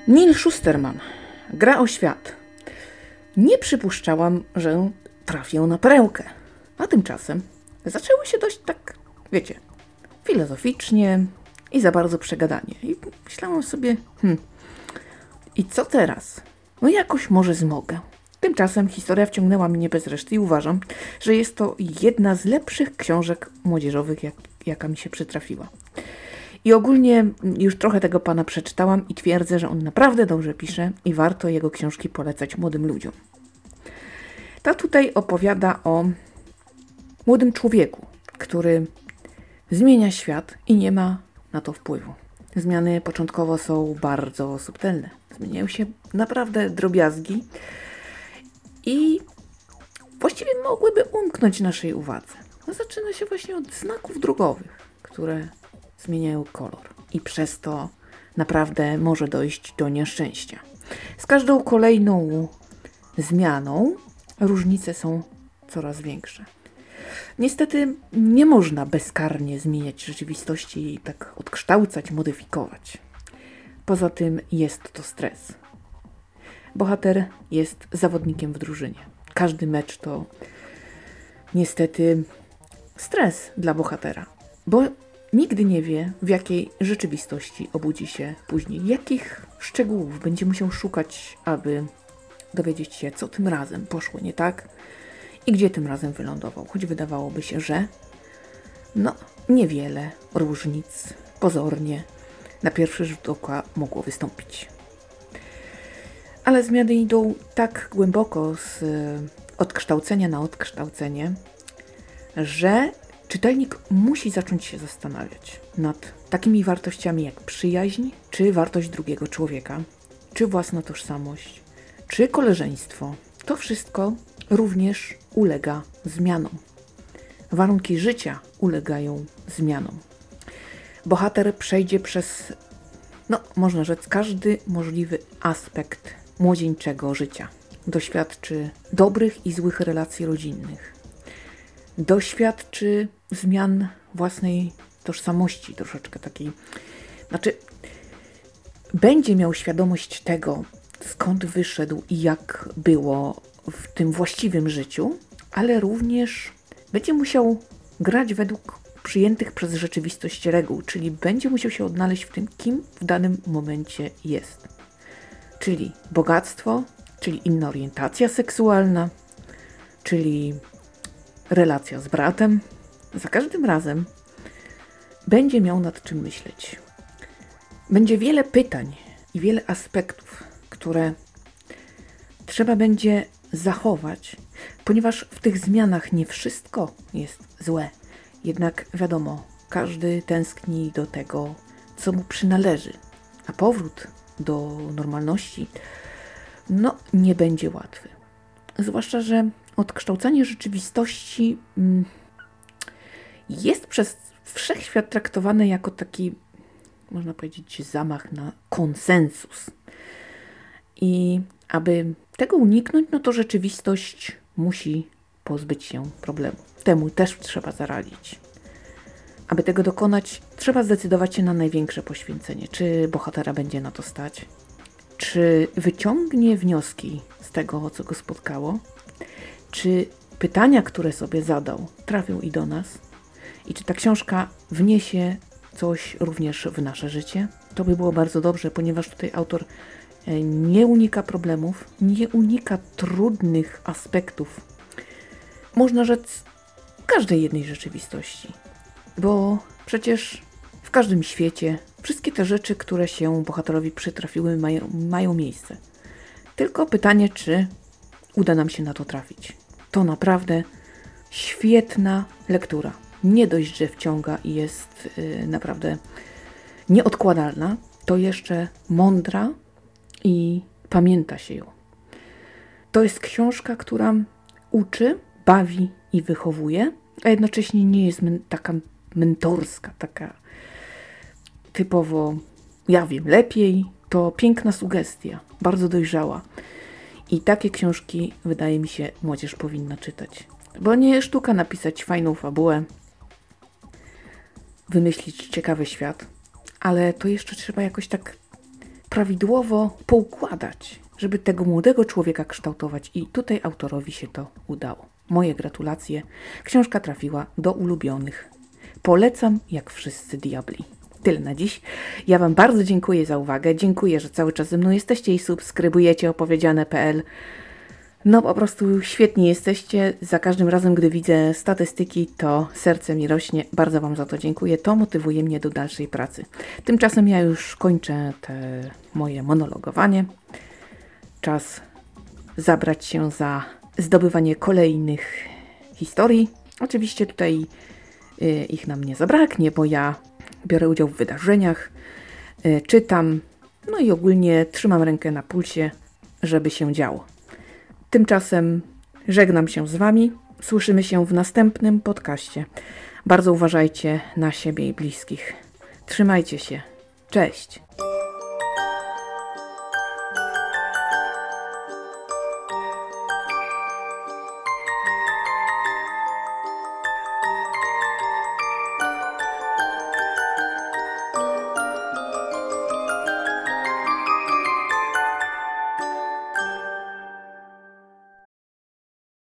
Neil Shusterman. Gra o świat. Nie przypuszczałam, że trafię na perełkę. A tymczasem zaczęło się dość tak, wiecie, filozoficznie i za bardzo przegadanie. I myślałam sobie, i co teraz? No jakoś może zmogę. Tymczasem historia wciągnęła mnie bez reszty i uważam, że jest to jedna z lepszych książek młodzieżowych, jaka mi się przytrafiła. I ogólnie już trochę tego pana przeczytałam i twierdzę, że on naprawdę dobrze pisze i warto jego książki polecać młodym ludziom. Ta tutaj opowiada o młodym człowieku, który zmienia świat i nie ma na to wpływu. Zmiany początkowo są bardzo subtelne. Zmieniają się naprawdę drobiazgi i właściwie mogłyby umknąć naszej uwadze. No, zaczyna się właśnie od znaków drogowych, które zmieniają kolor i przez to naprawdę może dojść do nieszczęścia. Z każdą kolejną zmianą różnice są coraz większe. Niestety nie można bezkarnie zmieniać rzeczywistości i tak odkształcać, modyfikować. Poza tym jest to stres. Bohater jest zawodnikiem w drużynie. Każdy mecz to niestety stres dla bohatera, bo nigdy nie wie, w jakiej rzeczywistości obudzi się później. Jakich szczegółów będzie musiał szukać, aby dowiedzieć się, co tym razem poszło nie tak i gdzie tym razem wylądował. Choć wydawałoby się, że niewiele różnic pozornie na pierwszy rzut oka mogło wystąpić. Ale zmiany idą tak głęboko z odkształcenia na odkształcenie, że czytelnik musi zacząć się zastanawiać nad takimi wartościami jak przyjaźń, czy wartość drugiego człowieka, czy własna tożsamość, czy koleżeństwo. To wszystko również ulega zmianom. Warunki życia ulegają zmianom. Bohater przejdzie przez, można rzec, każdy możliwy aspekt młodzieńczego życia. Doświadczy dobrych i złych relacji rodzinnych. Doświadczy zmian własnej tożsamości, troszeczkę takiej. Będzie miał świadomość tego, skąd wyszedł i jak było w tym właściwym życiu, ale również będzie musiał grać według przyjętych przez rzeczywistość reguł, czyli będzie musiał się odnaleźć w tym, kim w danym momencie jest. Czyli bogactwo, czyli inna orientacja seksualna, czyli relacja z bratem. Za każdym razem będzie miał nad czym myśleć. Będzie wiele pytań i wiele aspektów, które trzeba będzie zachować, ponieważ w tych zmianach nie wszystko jest złe. Jednak wiadomo, każdy tęskni do tego, co mu przynależy, a powrót do normalności nie będzie łatwy. Zwłaszcza, że odkształcanie rzeczywistości jest przez wszechświat traktowane jako taki, można powiedzieć, zamach na konsensus. I aby tego uniknąć, to rzeczywistość musi pozbyć się problemu. Temu też trzeba zaradzić. Aby tego dokonać, trzeba zdecydować się na największe poświęcenie. Czy bohatera będzie na to stać? Czy wyciągnie wnioski z tego, co go spotkało? Czy pytania, które sobie zadał, trafią i do nas? I czy ta książka wniesie coś również w nasze życie? To by było bardzo dobrze, ponieważ tutaj autor nie unika problemów, nie unika trudnych aspektów. Można rzec każdej jednej rzeczywistości. Bo przecież w każdym świecie wszystkie te rzeczy, które się bohaterowi przytrafiły, mają miejsce. Tylko pytanie, czy uda nam się na to trafić. To naprawdę świetna lektura. Nie dość, że wciąga i jest naprawdę nieodkładalna, to jeszcze mądra i pamięta się ją. To jest książka, która uczy, bawi i wychowuje, a jednocześnie nie jest taka mentorska, taka typowo ja wiem lepiej. To piękna sugestia, bardzo dojrzała. I takie książki, wydaje mi się, młodzież powinna czytać. Bo nie sztuka napisać fajną fabułę, wymyślić ciekawy świat, ale to jeszcze trzeba jakoś tak prawidłowo poukładać, żeby tego młodego człowieka kształtować i tutaj autorowi się to udało. Moje gratulacje. Książka trafiła do ulubionych. Polecam jak wszyscy diabli. Tyle na dziś. Ja Wam bardzo dziękuję za uwagę. Dziękuję, że cały czas ze mną jesteście i subskrybujecie opowiedziane.pl. No po prostu świetni jesteście. Za każdym razem, gdy widzę statystyki, to serce mi rośnie. Bardzo Wam za to dziękuję. To motywuje mnie do dalszej pracy. Tymczasem ja już kończę te moje monologowanie. Czas zabrać się za zdobywanie kolejnych historii. Oczywiście tutaj ich nam nie zabraknie, bo ja biorę udział w wydarzeniach, czytam, no i ogólnie trzymam rękę na pulsie, żeby się działo. Tymczasem żegnam się z Wami. Słyszymy się w następnym podcaście. Bardzo uważajcie na siebie i bliskich. Trzymajcie się. Cześć!